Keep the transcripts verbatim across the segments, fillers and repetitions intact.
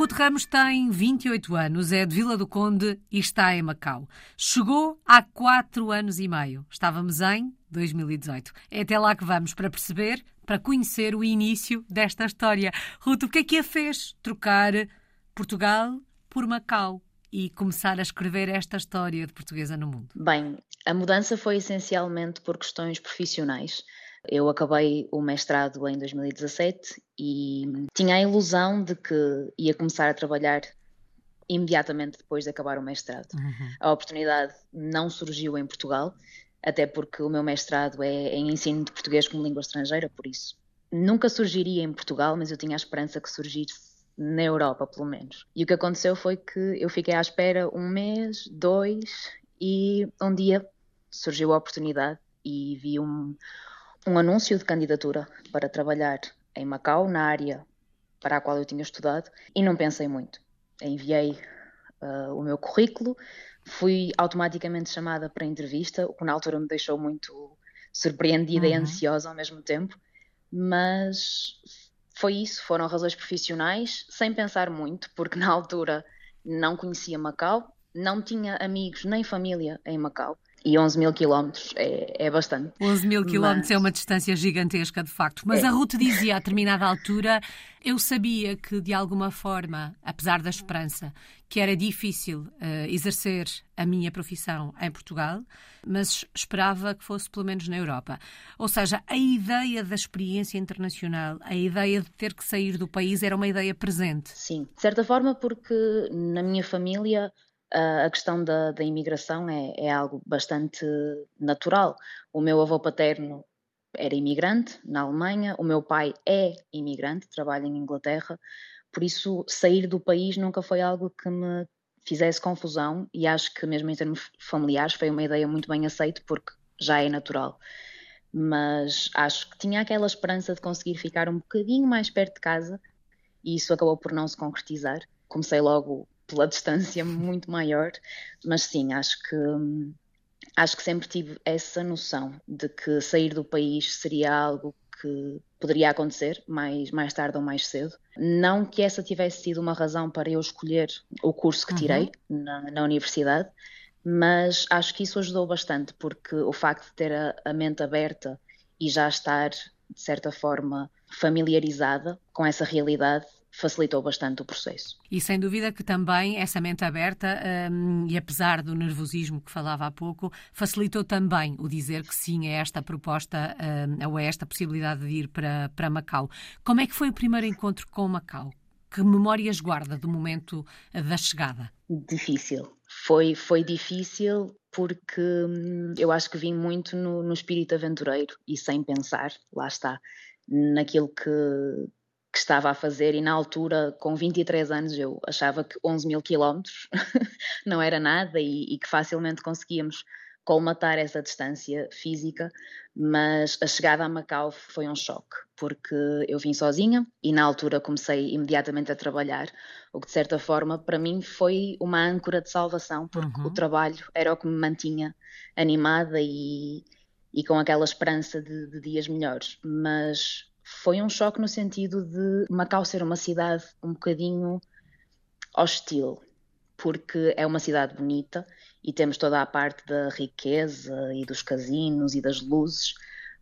Ruth Ramos tem vinte e oito anos, é de Vila do Conde e está em Macau. Chegou há quatro anos e meio. Estávamos em dois mil e dezoito. É até lá que vamos para perceber, para conhecer o início desta história. Ruth, o que é que a fez trocar Portugal por Macau e começar a escrever esta história de portuguesa no mundo? Bem, a mudança foi essencialmente por questões profissionais. Eu acabei o mestrado em dois mil e dezassete e tinha a ilusão de que ia começar a trabalhar imediatamente depois de acabar o mestrado. Uhum. A oportunidade não surgiu em Portugal, até porque o meu mestrado é em ensino de português como língua estrangeira, por isso nunca surgiria em Portugal, mas eu tinha a esperança que surgisse na Europa, pelo menos. E o que aconteceu foi que eu fiquei à espera um mês, dois, e um dia surgiu a oportunidade e vi um... um anúncio de candidatura para trabalhar em Macau, na área para a qual eu tinha estudado, e não pensei muito. Enviei uh, o meu currículo, fui automaticamente chamada para a entrevista, o que na altura me deixou muito surpreendida uhum. e ansiosa ao mesmo tempo, mas foi isso, foram razões profissionais, sem pensar muito, porque na altura não conhecia Macau, não tinha amigos nem família em Macau. E onze mil quilómetros é, é bastante. onze mil quilómetros mas... é uma distância gigantesca, de facto. Mas é. A Ruth dizia, a determinada altura, eu sabia que, de alguma forma, apesar da esperança, que era difícil uh, exercer a minha profissão em Portugal, mas esperava que fosse pelo menos na Europa. Ou seja, a ideia da experiência internacional, a ideia de ter que sair do país era uma ideia presente. Sim, de certa forma, porque na minha família... Uh, a questão da, da imigração é, é algo bastante natural. O meu avô paterno era imigrante na Alemanha, o meu pai é imigrante, trabalha em Inglaterra, por isso sair do país nunca foi algo que me fizesse confusão e acho que mesmo em termos familiares foi uma ideia muito bem aceita porque já é natural. Mas acho que tinha aquela esperança de conseguir ficar um bocadinho mais perto de casa e isso acabou por não se concretizar. Comecei logo pela distância muito maior, mas sim, acho que, acho que sempre tive essa noção de que sair do país seria algo que poderia acontecer mais, mais tarde ou mais cedo. Não que essa tivesse sido uma razão para eu escolher o curso que tirei uhum. na, na universidade, mas acho que isso ajudou bastante, porque o facto de ter a, a mente aberta e já estar, de certa forma, familiarizada com essa realidade, facilitou bastante o processo. E sem dúvida que também essa mente aberta, um, e apesar do nervosismo que falava há pouco, facilitou também o dizer que sim a esta proposta, um, ou a esta possibilidade de ir para, para Macau. Como é que foi o primeiro encontro com Macau? Que memórias guarda do momento da chegada? Difícil. Foi, foi difícil porque hum, eu acho que vim muito no, no espírito aventureiro e sem pensar, lá está, naquilo que... que estava a fazer e na altura, com vinte e três anos, eu achava que onze mil quilómetros não era nada e, e que facilmente conseguíamos colmatar essa distância física, mas a chegada a Macau foi um choque, porque eu vim sozinha e na altura comecei imediatamente a trabalhar, o que de certa forma para mim foi uma âncora de salvação, porque uhum. o trabalho era o que me mantinha animada e, e com aquela esperança de, de dias melhores, mas... foi um choque no sentido de Macau ser uma cidade um bocadinho hostil, porque é uma cidade bonita e temos toda a parte da riqueza e dos casinos e das luzes,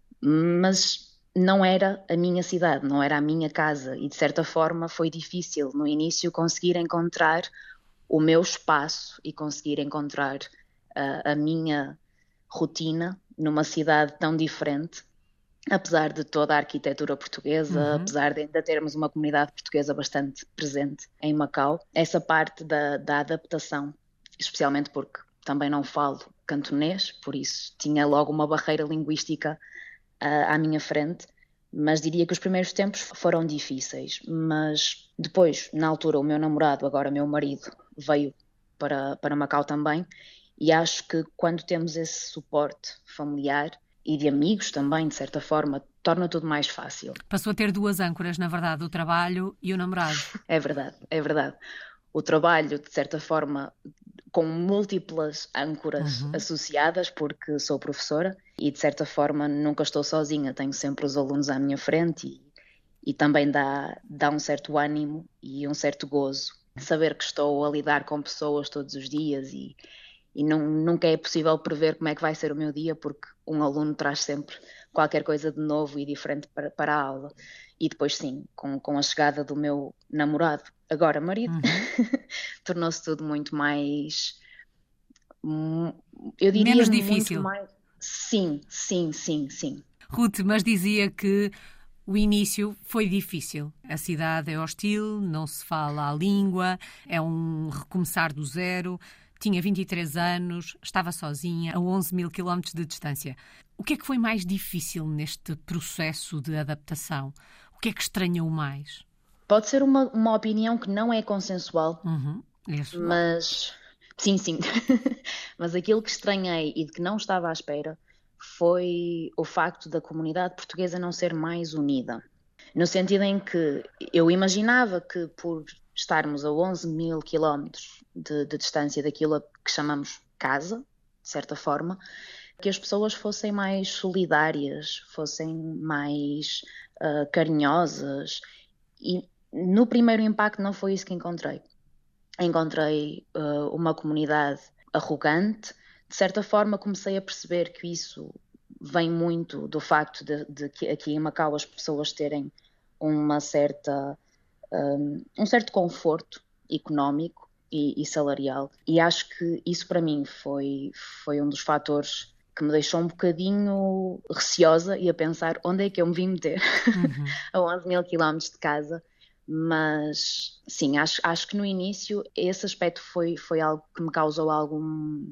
mas não era a minha cidade, não era a minha casa e de certa forma foi difícil no início conseguir encontrar o meu espaço e conseguir encontrar uh, a minha rotina numa cidade tão diferente. Apesar de toda a arquitetura portuguesa, uhum. apesar de ainda termos uma comunidade portuguesa bastante presente em Macau, essa parte da, da adaptação, especialmente porque também não falo cantonês, por isso tinha logo uma barreira linguística uh, à minha frente, mas diria que os primeiros tempos foram difíceis, mas depois, na altura, o meu namorado, agora meu marido, veio para, para Macau também, e acho que quando temos esse suporte familiar, e de amigos também, de certa forma, torna tudo mais fácil. Passou a ter duas âncoras, na verdade, o trabalho e o namorado. É verdade, é verdade. O trabalho, de certa forma, com múltiplas âncoras uhum. associadas, porque sou professora e, de certa forma, nunca estou sozinha. Tenho sempre os alunos à minha frente e, e também dá, dá um certo ânimo e um certo gozo. Saber que estou a lidar com pessoas todos os dias e, e não, nunca é possível prever como é que vai ser o meu dia, porque um aluno traz sempre qualquer coisa de novo e diferente para, para a aula. E depois sim, com, com a chegada do meu namorado, agora marido, uhum. tornou-se tudo muito mais, eu diria, menos difícil. Muito mais... Sim, sim, sim, sim. Ruth, mas dizia que o início foi difícil. A cidade é hostil, não se fala a língua, é um recomeçar do zero. Tinha vinte e três anos, estava sozinha, a onze mil quilómetros de distância. O que é que foi mais difícil neste processo de adaptação? O que é que estranhou mais? Pode ser uma, uma opinião que não é consensual, uhum, isso. Mas... Sim, sim. Mas aquilo que estranhei e de que não estava à espera foi o facto da comunidade portuguesa não ser mais unida. No sentido em que eu imaginava que por estarmos a onze mil quilómetros de, de distância daquilo que chamamos casa, de certa forma, que as pessoas fossem mais solidárias, fossem mais uh, carinhosas. E no primeiro impacto não foi isso que encontrei. Encontrei uh, uma comunidade arrogante. De certa forma comecei a perceber que isso vem muito do facto de, de que aqui em Macau as pessoas terem uma certa, um, um certo conforto económico e, e salarial. E acho que isso para mim foi, foi um dos fatores que me deixou um bocadinho receosa e a pensar onde é que eu me vim meter uhum. a onze mil quilómetros de casa. Mas sim, acho, acho que no início esse aspecto foi, foi algo que me causou algum...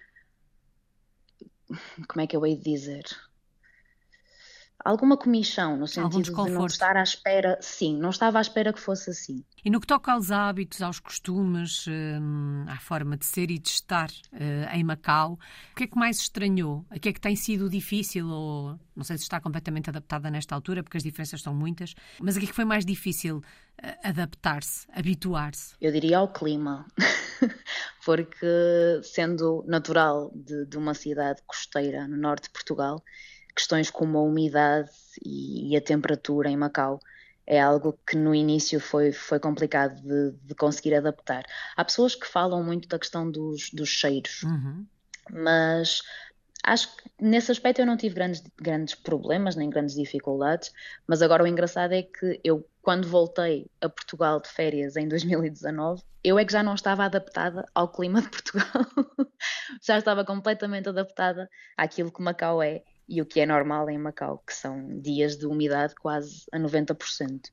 Como é que eu hei de dizer? Alguma comichão, no sentido de não estar à espera... Sim, não estava à espera que fosse assim. E no que toca aos hábitos, aos costumes, à forma de ser e de estar em Macau, o que é que mais estranhou? O que é que tem sido difícil? Ou não sei se está completamente adaptada nesta altura, porque as diferenças são muitas, mas o que é que foi mais difícil adaptar-se, habituar-se? Eu diria ao clima, porque sendo natural de, de uma cidade costeira no norte de Portugal, questões como a umidade e, e a temperatura em Macau é algo que no início foi, foi complicado de, de conseguir adaptar. Há pessoas que falam muito da questão dos, dos cheiros, uhum. mas acho que nesse aspecto eu não tive grandes, grandes problemas, nem grandes dificuldades, mas agora o engraçado é que eu, quando voltei a Portugal de férias em dois mil e dezanove, eu é que já não estava adaptada ao clima de Portugal. Já estava completamente adaptada àquilo que Macau é e o que é normal em Macau, que são dias de umidade quase a noventa por cento.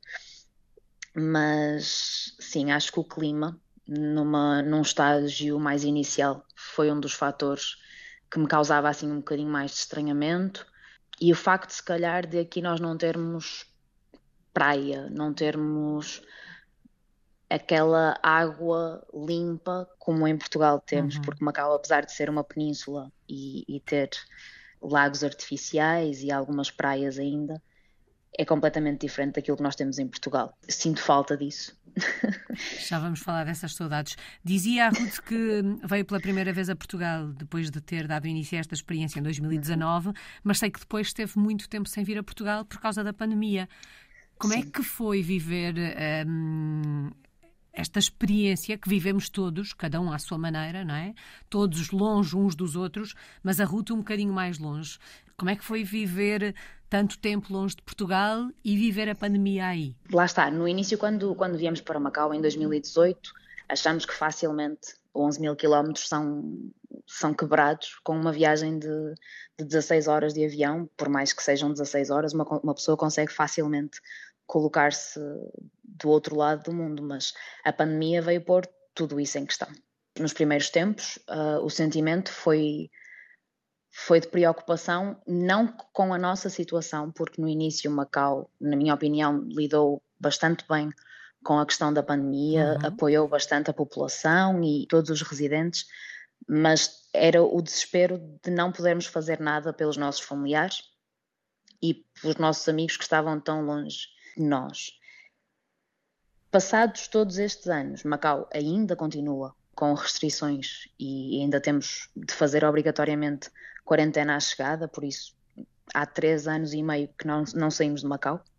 Mas sim, acho que o clima, numa, num estágio mais inicial, foi um dos fatores que me causava assim um bocadinho mais de estranhamento, e o facto se calhar de aqui nós não termos praia, não termos aquela água limpa como em Portugal temos, uhum. porque Macau, apesar de ser uma península e, e ter lagos artificiais e algumas praias ainda, é completamente diferente daquilo que nós temos em Portugal. Sinto falta disso. Já vamos falar dessas saudades. Dizia a Ruth que veio pela primeira vez a Portugal depois de ter dado início a esta experiência em dois mil e dezanove, mas sei que depois esteve muito tempo sem vir a Portugal por causa da pandemia. Como Sim. é que foi viver hum, esta experiência que vivemos todos, cada um à sua maneira, não é? Todos longe uns dos outros, mas a Ruth um bocadinho mais longe. Como é que foi viver tanto tempo longe de Portugal e viver a pandemia aí? Lá está, no início, quando, quando viemos para Macau em dois mil e dezoito, achamos que facilmente onze mil quilómetros são, são quebrados com uma viagem de, de dezasseis horas de avião. Por mais que sejam dezasseis horas, uma, uma pessoa consegue facilmente colocar-se do outro lado do mundo, mas a pandemia veio pôr tudo isso em questão. Nos primeiros tempos, uh, o sentimento foi... foi de preocupação, não com a nossa situação, porque no início Macau, na minha opinião, lidou bastante bem com a questão da pandemia, uhum. apoiou bastante a população e todos os residentes, mas era o desespero de não podermos fazer nada pelos nossos familiares e pelos nossos amigos que estavam tão longe de nós. Passados todos estes anos, Macau ainda continua com restrições e ainda temos de fazer obrigatoriamente quarentena à chegada, por isso há três anos e meio que não, não saímos de Macau.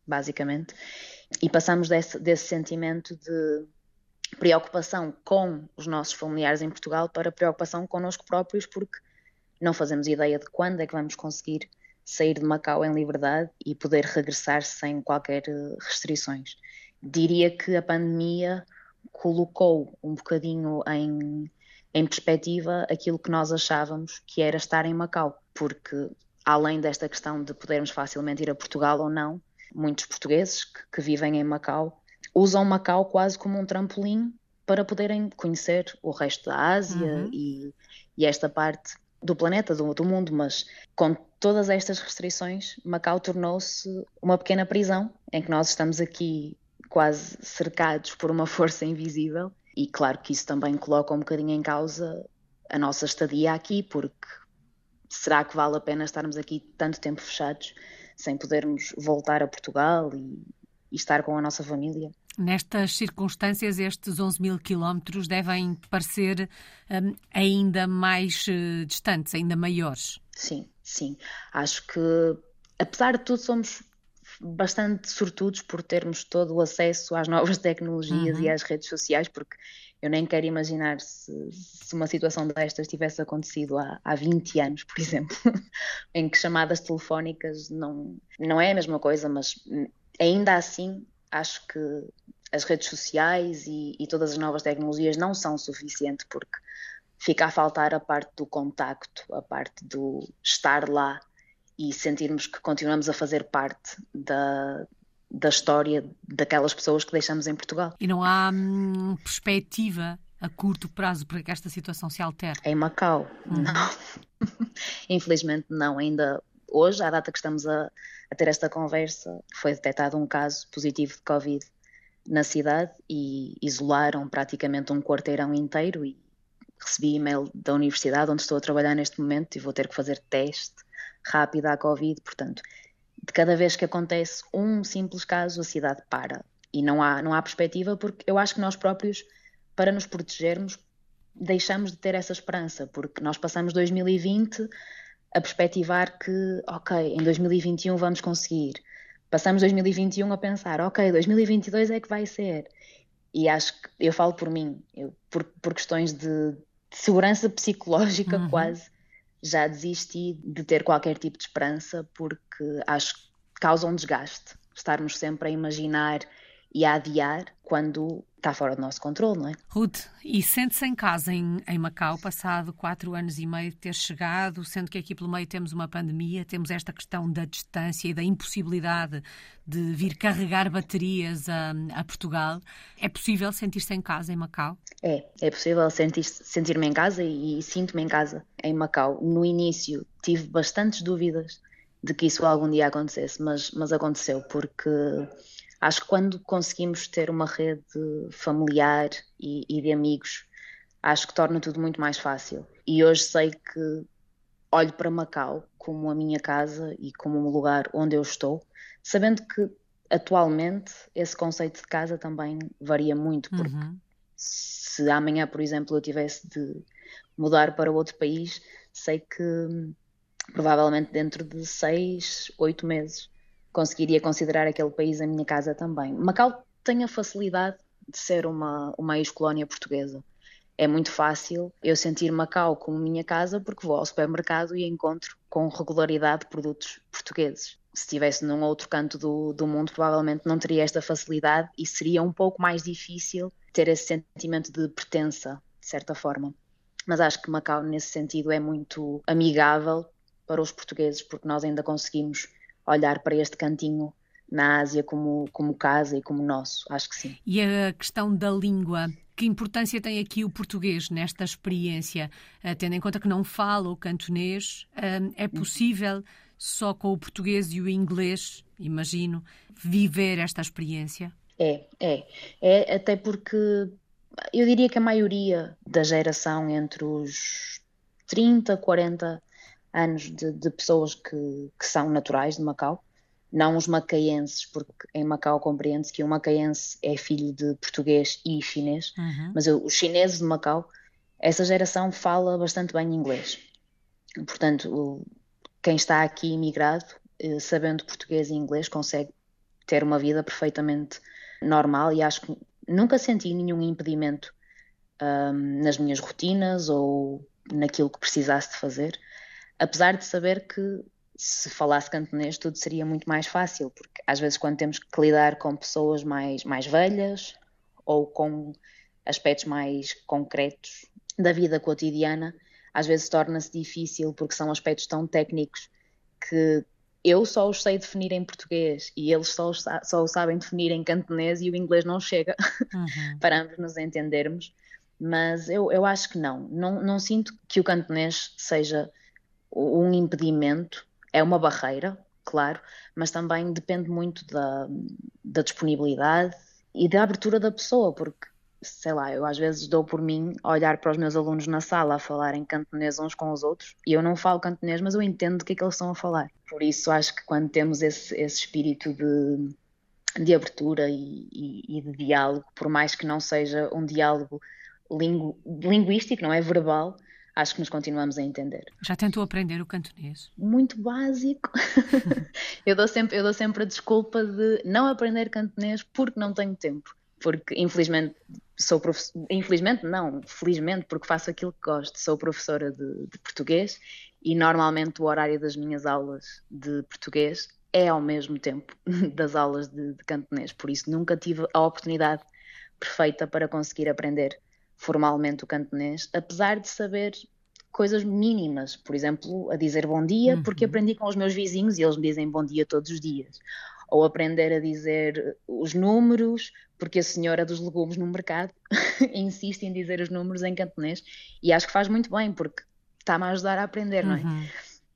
basicamente, e passamos desse, desse sentimento de preocupação com os nossos familiares em Portugal para preocupação connosco próprios, porque não fazemos ideia de quando é que vamos conseguir sair de Macau em liberdade e poder regressar sem qualquer restrições. Diria que a pandemia colocou um bocadinho em, em perspectiva aquilo que nós achávamos que era estar em Macau, porque além desta questão de podermos facilmente ir a Portugal ou não, muitos portugueses que, que vivem em Macau usam Macau quase como um trampolim para poderem conhecer o resto da Ásia uhum. e, e esta parte do planeta, do, do mundo, mas com todas estas restrições, Macau tornou-se uma pequena prisão em que nós estamos aqui quase cercados por uma força invisível, e claro que isso também coloca um bocadinho em causa a nossa estadia aqui, porque será que vale a pena estarmos aqui tanto tempo fechados sem podermos voltar a Portugal e, e estar com a nossa família? Nestas circunstâncias, estes onze mil quilómetros devem parecer um, ainda mais uh, distantes, ainda maiores. Sim, sim. Acho que, apesar de tudo, somos bastante sortudos por termos todo o acesso às novas tecnologias uhum. e às redes sociais, porque eu nem quero imaginar se, se uma situação destas tivesse acontecido há, há vinte anos, por exemplo, em que chamadas telefónicas não, não é a mesma coisa, mas ainda assim acho que as redes sociais e, e todas as novas tecnologias não são suficientes, porque fica a faltar a parte do contacto, a parte do estar lá e sentirmos que continuamos a fazer parte da, da história daquelas pessoas que deixamos em Portugal. E não há hum, perspectiva a curto prazo para que esta situação se altere? Em Macau, uhum. não. Infelizmente não. Ainda hoje, à data que estamos a, a ter esta conversa, foi detectado um caso positivo de Covid na cidade e isolaram praticamente um quarteirão inteiro, e recebi e-mail da universidade onde estou a trabalhar neste momento e vou ter que fazer teste rápido à Covid. Portanto, de cada vez que acontece um simples caso, a cidade para e não há, não há perspectiva, porque eu acho que nós próprios, para nos protegermos, deixamos de ter essa esperança, porque nós passamos dois mil e vinte a perspectivar que, ok, em dois mil e vinte e um vamos conseguir. Passamos dois mil e vinte e um a pensar, ok, dois mil e vinte e dois é que vai ser. E acho que, eu falo por mim, eu, por, por questões de, de segurança psicológica uhum. quase, já desisti de ter qualquer tipo de esperança, porque acho que causa um desgaste estarmos sempre a imaginar e a adiar quando está fora do nosso controle, não é? Ruth, e sente-se em casa em, em Macau, passado quatro anos e meio de ter chegado, sendo que aqui pelo meio temos uma pandemia, temos esta questão da distância e da impossibilidade de vir carregar baterias a, a Portugal. É possível sentir-se em casa em Macau? É, é possível sentir, sentir-me em casa e, e sinto-me em casa em Macau. No início tive bastantes dúvidas de que isso algum dia acontecesse, mas, mas aconteceu, porque acho que quando conseguimos ter uma rede familiar e, e de amigos, acho que torna tudo muito mais fácil. E hoje sei que olho para Macau como a minha casa e como um lugar onde eu estou, sabendo que atualmente esse conceito de casa também varia muito, porque uhum. se amanhã, por exemplo, eu tivesse de mudar para outro país, sei que provavelmente dentro de seis, oito meses conseguiria considerar aquele país a minha casa também. Macau tem a facilidade de ser uma, uma ex-colónia portuguesa. É muito fácil eu sentir Macau como minha casa, porque vou ao supermercado e encontro com regularidade produtos portugueses. Se estivesse num outro canto do, do mundo, provavelmente não teria esta facilidade e seria um pouco mais difícil ter esse sentimento de pertença, de certa forma. Mas acho que Macau, nesse sentido, é muito amigável para os portugueses, porque nós ainda conseguimos olhar para este cantinho na Ásia como, como casa e como nosso, acho que sim. E a questão da língua, que importância tem aqui o português nesta experiência? Tendo em conta que não fala o cantonês, é possível só com o português e o inglês, imagino, viver esta experiência? É, é. É até porque eu diria que a maioria da geração entre os trinta, quarenta anos de, de pessoas que, que são naturais de Macau, não os macaenses, porque em Macau compreende-se que um macaense é filho de português e chinês, uhum. mas os chineses de Macau, essa geração fala bastante bem inglês. Portanto, quem está aqui imigrado, sabendo português e inglês, consegue ter uma vida perfeitamente normal e acho que nunca senti nenhum impedimento um, nas minhas rotinas ou naquilo que precisasse de fazer, apesar de saber que se falasse cantonês tudo seria muito mais fácil, porque às vezes quando temos que lidar com pessoas mais, mais velhas ou com aspectos mais concretos da vida cotidiana, às vezes torna-se difícil porque são aspectos tão técnicos que eu só os sei definir em português e eles só, os, só o sabem definir em cantonês e o inglês não chega uhum. para ambos nos entendermos, mas eu, eu acho que não. não. Não sinto que o cantonês seja um impedimento, é uma barreira, claro, mas também depende muito da, da disponibilidade e da abertura da pessoa, porque sei lá, eu às vezes dou por mim a olhar para os meus alunos na sala a falarem cantonês uns com os outros e eu não falo cantonês, mas eu entendo do que é que eles estão a falar. Por isso acho que quando temos esse, esse espírito de, de abertura e, e, e de diálogo, por mais que não seja um diálogo lingu, linguístico, não é verbal, acho que nos continuamos a entender. Já tentou aprender o cantonês? Muito básico. eu, dou sempre, eu dou sempre a desculpa de não aprender cantonês porque não tenho tempo. Porque infelizmente sou professora, infelizmente não, felizmente porque faço aquilo que gosto, sou professora de, de português e normalmente o horário das minhas aulas de português é ao mesmo tempo das aulas de, de cantonês, por isso nunca tive a oportunidade perfeita para conseguir aprender formalmente o cantonês, apesar de saber coisas mínimas, por exemplo, a dizer bom dia, uhum. porque aprendi com os meus vizinhos e eles me dizem bom dia todos os dias. Ou aprender a dizer os números, porque a senhora dos legumes no mercado insiste em dizer os números em cantonês e acho que faz muito bem, porque está-me a ajudar a aprender, não é? Uhum.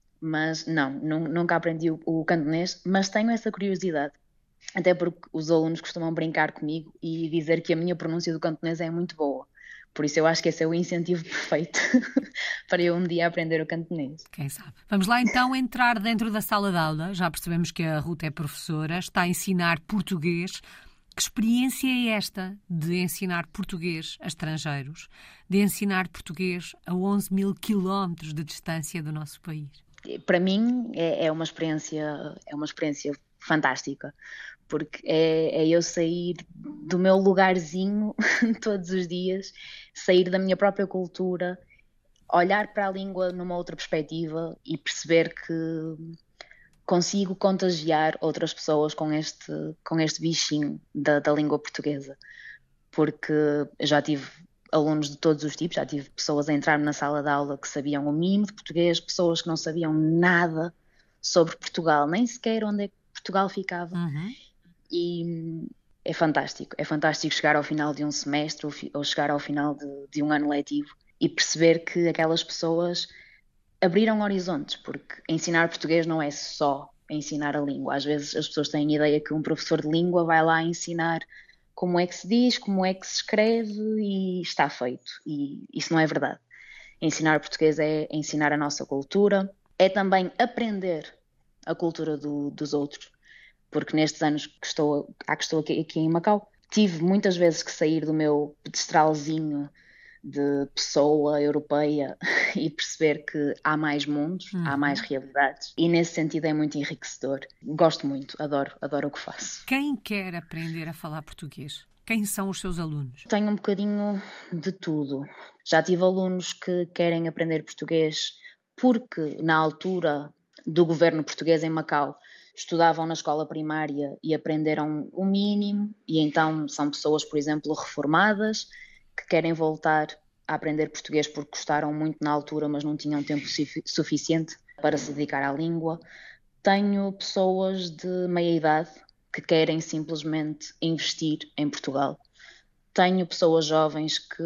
Mas não, nunca aprendi o, o cantonês, mas tenho essa curiosidade, até porque os alunos costumam brincar comigo e dizer que a minha pronúncia do cantonês é muito boa. Por isso eu acho que esse é o incentivo perfeito para eu um dia aprender o cantonês. Quem sabe. Vamos lá então entrar dentro da sala de aula. Já percebemos que a Ruth é professora, está a ensinar português. Que experiência é esta de ensinar português a estrangeiros? De ensinar português a onze mil quilómetros de distância do nosso país? Para mim é, é uma experiência, é uma experiência fantástica. Porque é, é eu sair do meu lugarzinho todos os dias, sair da minha própria cultura, olhar para a língua numa outra perspectiva e perceber que consigo contagiar outras pessoas com este, com este bichinho da, da língua portuguesa. Porque eu já tive alunos de todos os tipos, já tive pessoas a entrar na sala de aula que sabiam o mínimo de português, pessoas que não sabiam nada sobre Portugal, nem sequer onde é que Portugal ficava. Uhum. E é fantástico, é fantástico chegar ao final de um semestre ou, ou chegar ao final de, de um ano letivo e perceber que aquelas pessoas abriram horizontes, porque ensinar português não é só ensinar a língua. Às vezes as pessoas têm a ideia que um professor de língua vai lá ensinar como é que se diz, como é que se escreve e está feito. E isso não é verdade. Ensinar português é ensinar a nossa cultura, é também aprender a cultura do, dos outros. Porque nestes anos que estou, há que estou aqui, aqui em Macau, tive muitas vezes que sair do meu pedestralzinho de pessoa europeia e perceber que há mais mundos, uhum. há mais realidades e nesse sentido é muito enriquecedor. Gosto muito, adoro, adoro o que faço. Quem quer aprender a falar português? Quem são os seus alunos? Tenho um bocadinho de tudo. Já tive alunos que querem aprender português porque na altura do governo português em Macau estudavam na escola primária e aprenderam o mínimo e então são pessoas, por exemplo, reformadas que querem voltar a aprender português porque gostaram muito na altura, mas não tinham tempo suficiente para se dedicar à língua. Tenho pessoas de meia idade que querem simplesmente investir em Portugal. Tenho pessoas jovens que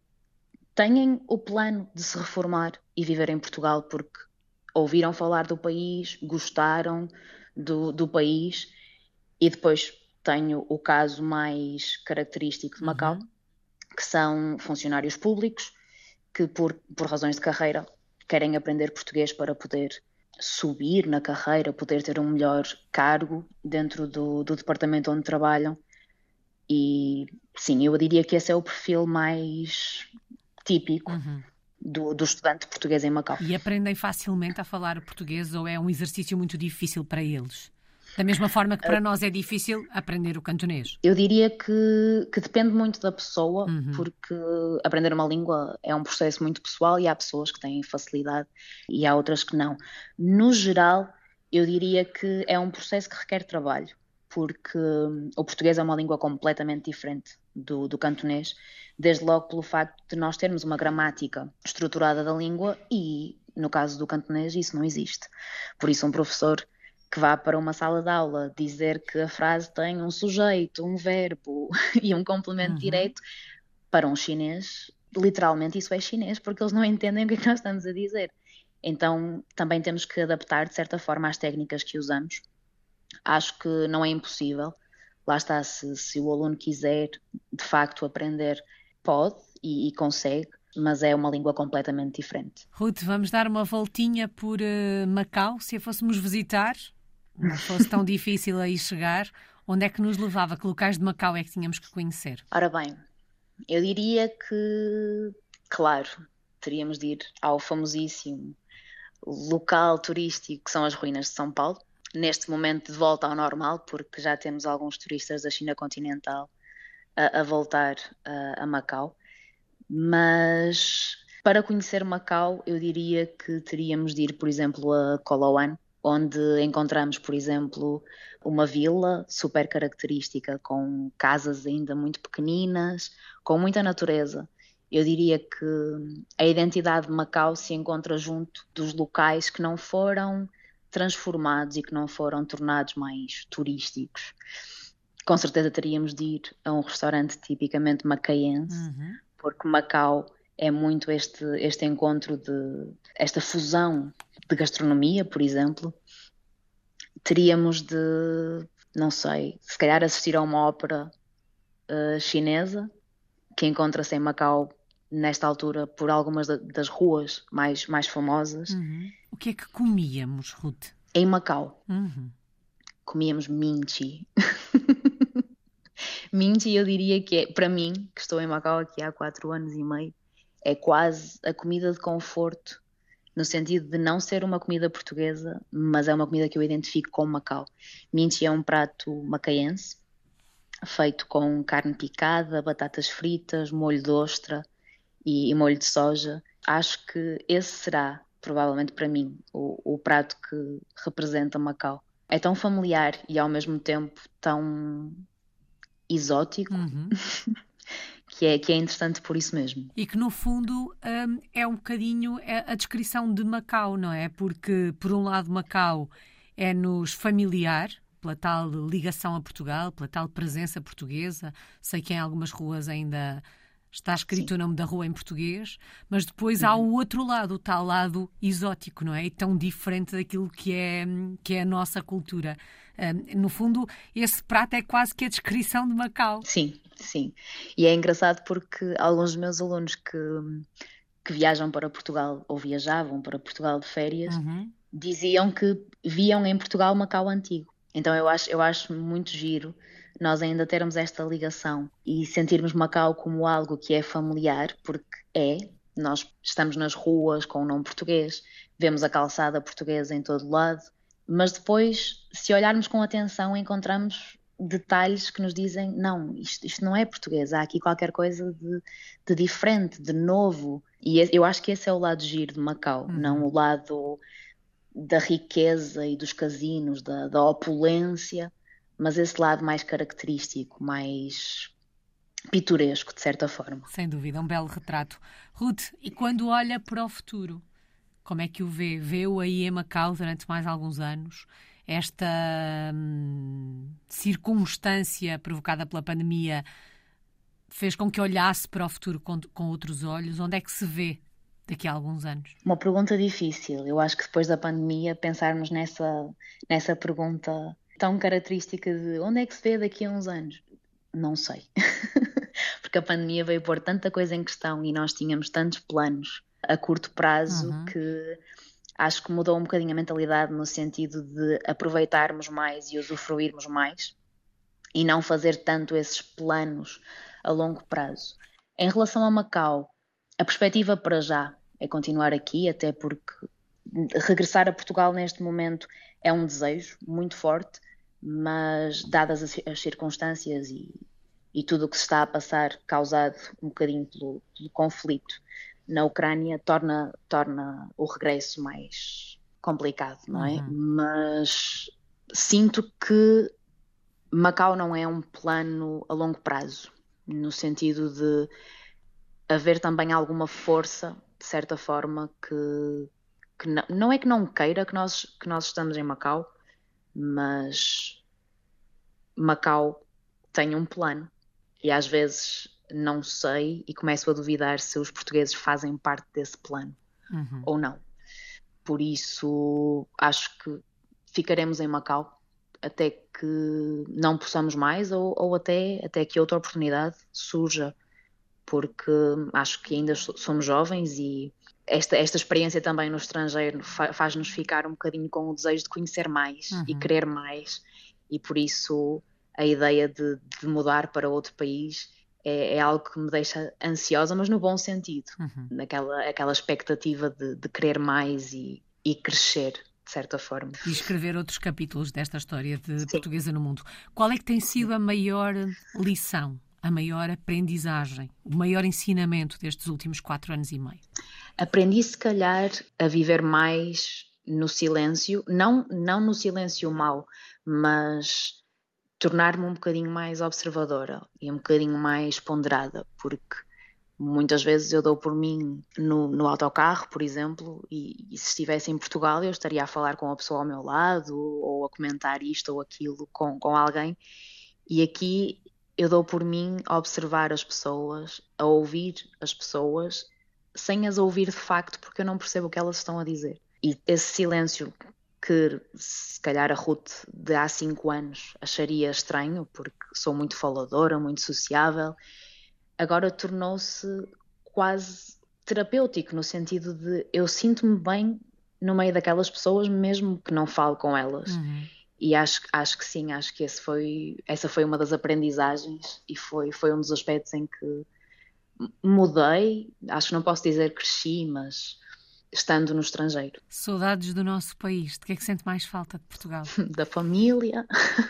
têm o plano de se reformar e viver em Portugal porque ouviram falar do país, gostaram Do, do país e depois tenho o caso mais característico de Macau, uhum. que são funcionários públicos que por, por razões de carreira querem aprender português para poder subir na carreira, poder ter um melhor cargo dentro do, do departamento onde trabalham e sim, eu diria que esse é o perfil mais típico uhum. Do, do estudante português em Macau. E aprendem facilmente a falar português ou é um exercício muito difícil para eles? Da mesma forma que para nós é difícil aprender o cantonês. Eu diria que, que depende muito da pessoa, Uhum. porque aprender uma língua é um processo muito pessoal e há pessoas que têm facilidade e há outras que não. No geral, eu diria que é um processo que requer trabalho, porque o português é uma língua completamente diferente do, do cantonês, desde logo pelo facto de nós termos uma gramática estruturada da língua e, no caso do cantonês, isso não existe. Por isso, um professor que vá para uma sala de aula dizer que a frase tem um sujeito, um verbo e um complemento Uhum. direto, para um chinês, literalmente isso é chinês, porque eles não entendem o que é que nós estamos a dizer. Então, também temos que adaptar, de certa forma, as técnicas que usamos. Acho que não é impossível. Lá está, se, se o aluno quiser, de facto, aprender, pode e, e consegue, mas é uma língua completamente diferente. Ruth, vamos dar uma voltinha por uh, Macau, se a fôssemos visitar, não fosse tão difícil aí chegar, onde é que nos levava? Que locais de Macau é que tínhamos que conhecer? Ora bem, eu diria que, claro, teríamos de ir ao famosíssimo local turístico que são as ruínas de São Paulo, neste momento de volta ao normal, porque já temos alguns turistas da China continental a, a voltar a, a Macau, mas para conhecer Macau eu diria que teríamos de ir, por exemplo, a Coloane, onde encontramos, por exemplo, uma vila super característica, com casas ainda muito pequeninas, com muita natureza. Eu diria que a identidade de Macau se encontra junto dos locais que não foram transformados e que não foram tornados mais turísticos. Com certeza teríamos de ir a um restaurante tipicamente macaense, Uhum. porque Macau é muito este, este encontro de esta fusão de gastronomia, por exemplo. Teríamos de, não sei, se calhar assistir a uma ópera uh, chinesa que encontra-se em Macau nesta altura por algumas das ruas mais, mais famosas. Uhum. O que é que comíamos, Ruth? Em Macau, Uhum. comíamos minchi. Minchi, eu diria que é, para mim, que estou em Macau aqui há quatro anos e meio, é quase a comida de conforto, no sentido de não ser uma comida portuguesa, mas é uma comida que eu identifico com Macau. Minchi é um prato macaense, feito com carne picada, batatas fritas, molho de ostra e, e molho de soja. Acho que esse será, provavelmente para mim, o, o prato que representa Macau. É tão familiar e ao mesmo tempo tão exótico, Uhum. que, é, que é interessante por isso mesmo. E que, no fundo, hum, é um bocadinho a descrição de Macau, não é? Porque, por um lado, Macau é-nos familiar, pela tal ligação a Portugal, pela tal presença portuguesa. Sei que em algumas ruas ainda está escrito Sim. o nome da rua em português, mas depois uhum. há o outro lado, o tal lado exótico, não é? E tão diferente daquilo que é, que é a nossa cultura. Um, no fundo, esse prato é quase que a descrição de Macau. Sim, sim. E é engraçado porque alguns dos meus alunos que, que viajam para Portugal, ou viajavam para Portugal de férias, uhum. diziam que viam em Portugal Macau antigo. Então eu acho, eu acho muito giro nós ainda termos esta ligação e sentirmos Macau como algo que é familiar, porque é. Nós estamos nas ruas com o nome português, vemos a calçada portuguesa em todo lado, mas depois, se olharmos com atenção, encontramos detalhes que nos dizem não, isto, isto não é português, há aqui qualquer coisa de, de diferente, de novo. E eu acho que esse é o lado giro de Macau, uhum. não o lado da riqueza e dos casinos, da, da opulência, mas esse lado mais característico, mais pitoresco, de certa forma. Sem dúvida, um belo retrato. Ruth, e quando olha para o futuro, como é que o vê? Vê-o aí em Macau durante mais alguns anos? Esta hum, circunstância provocada pela pandemia fez com que olhasse para o futuro com, com outros olhos? Onde é que se vê daqui a alguns anos? Uma pergunta difícil. Eu acho que depois da pandemia pensarmos nessa, nessa pergunta tão característica de onde é que se vê daqui a uns anos? Não sei. Porque a pandemia veio pôr tanta coisa em questão e nós tínhamos tantos planos a curto prazo uhum. que acho que mudou um bocadinho a mentalidade no sentido de aproveitarmos mais e usufruirmos mais e não fazer tanto esses planos a longo prazo. Em relação a Macau, a perspectiva para já é continuar aqui, até porque regressar a Portugal neste momento é um desejo muito forte, mas dadas as, as circunstâncias e, e tudo o que se está a passar, causado um bocadinho pelo, pelo conflito na Ucrânia, torna, torna o regresso mais complicado, não é? Uhum. Mas sinto que Macau não é um plano a longo prazo, no sentido de haver também alguma força, de certa forma, que, que não, não é que não queira que nós, que nós estamos em Macau, mas Macau tem um plano e às vezes não sei e começo a duvidar se os portugueses fazem parte desse plano Uhum. ou não. Por isso, acho que ficaremos em Macau até que não possamos mais ou, ou até, até que outra oportunidade surja, porque acho que ainda somos jovens e esta, esta experiência também no estrangeiro fa- faz-nos ficar um bocadinho com o desejo de conhecer mais Uhum. e querer mais, e por isso a ideia de, de mudar para outro país é, é algo que me deixa ansiosa, mas no bom sentido, Uhum. naquela aquela expectativa de, de querer mais e, e crescer, de certa forma. E escrever outros capítulos desta história de Sim, Portuguesa no Mundo. Qual é que tem sim. sido a maior lição, a maior aprendizagem, o maior ensinamento destes últimos quatro anos e meio? Aprendi, se calhar, a viver mais no silêncio, não, não no silêncio mau, mas tornar-me um bocadinho mais observadora e um bocadinho mais ponderada, porque muitas vezes eu dou por mim no, no autocarro, por exemplo, e, e se estivesse em Portugal eu estaria a falar com a pessoa ao meu lado ou a comentar isto ou aquilo com, com alguém, e aqui eu dou por mim a observar as pessoas, a ouvir as pessoas, sem as ouvir de facto, porque eu não percebo o que elas estão a dizer. E esse silêncio que se calhar a Ruth de há cinco anos acharia estranho, porque sou muito faladora, muito sociável, agora tornou-se quase terapêutico, no sentido de eu sinto-me bem no meio daquelas pessoas, mesmo que não falo com elas. Uhum. E acho, acho que sim, acho que esse foi, essa foi uma das aprendizagens e foi, foi um dos aspectos em que mudei. Acho que não posso dizer cresci, mas estando no estrangeiro. Saudades do nosso país. De que é que sente mais falta de Portugal? Da família,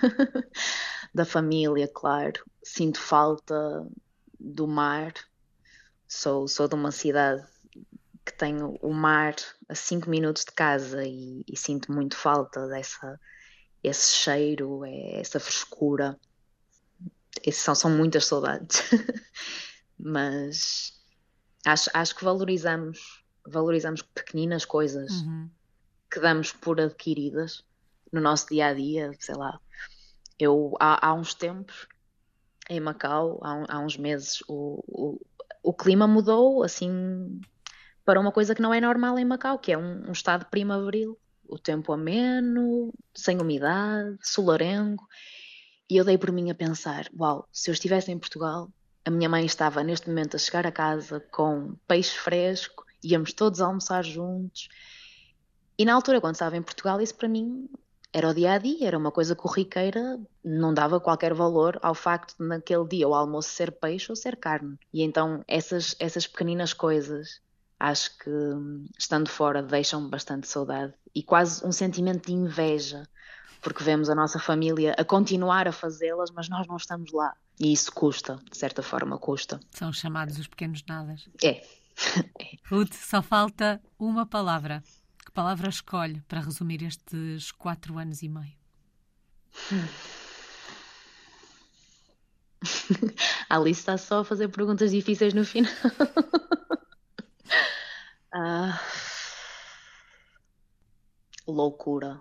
da família, claro. Sinto falta do mar. Sou, sou de uma cidade que tem o mar a cinco minutos de casa e, e sinto muito falta dessa, esse cheiro, essa frescura. Esses são, são muitas saudades. Mas acho, acho que valorizamos, valorizamos pequeninas coisas Uhum. que damos por adquiridas no nosso dia a dia, sei lá. Eu, há, há uns tempos, em Macau, há, há uns meses, o, o, o clima mudou assim para uma coisa que não é normal em Macau, que é um, um estado primaveril. O tempo ameno, sem umidade, solarengo. E eu dei por mim a pensar, uau, se eu estivesse em Portugal, a minha mãe estava neste momento a chegar a casa com peixe fresco, íamos todos almoçar juntos. E na altura, quando estava em Portugal, isso para mim era o dia a dia, era uma coisa corriqueira, não dava qualquer valor ao facto de naquele dia o almoço ser peixe ou ser carne. E então essas, essas pequeninas coisas, acho que estando fora deixam-me bastante saudade e quase um sentimento de inveja, porque vemos a nossa família a continuar a fazê-las, mas nós não estamos lá. E isso custa, de certa forma, custa. São chamados os pequenos nadas. É. Ruth, só falta uma palavra. Que palavra escolhe para resumir estes quatro anos e meio? A Alice está só a fazer perguntas difíceis no final. Ah, loucura.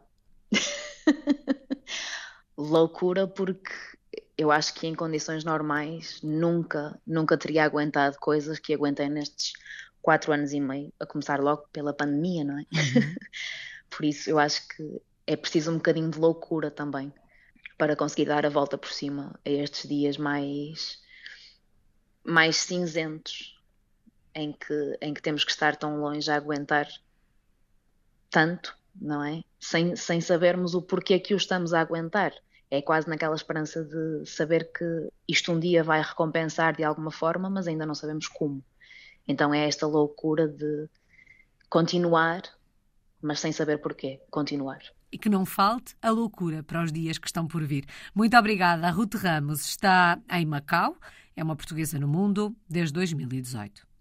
Loucura porque eu acho que em condições normais nunca, nunca teria aguentado coisas que aguentei nestes quatro anos e meio, a começar logo pela pandemia, não é? Uhum. Por isso eu acho que é preciso um bocadinho de loucura também para conseguir dar a volta por cima a estes dias mais, mais cinzentos em que, em que temos que estar tão longe a aguentar tanto, não é? Sem, sem sabermos o porquê que o estamos a aguentar. É quase naquela esperança de saber que isto um dia vai recompensar de alguma forma, mas ainda não sabemos como. Então é esta loucura de continuar mas sem saber porquê, continuar. E que não falte a loucura para os dias que estão por vir. Muito obrigada. A Ruth Ramos está em Macau, é uma portuguesa no mundo desde dois mil e dezoito.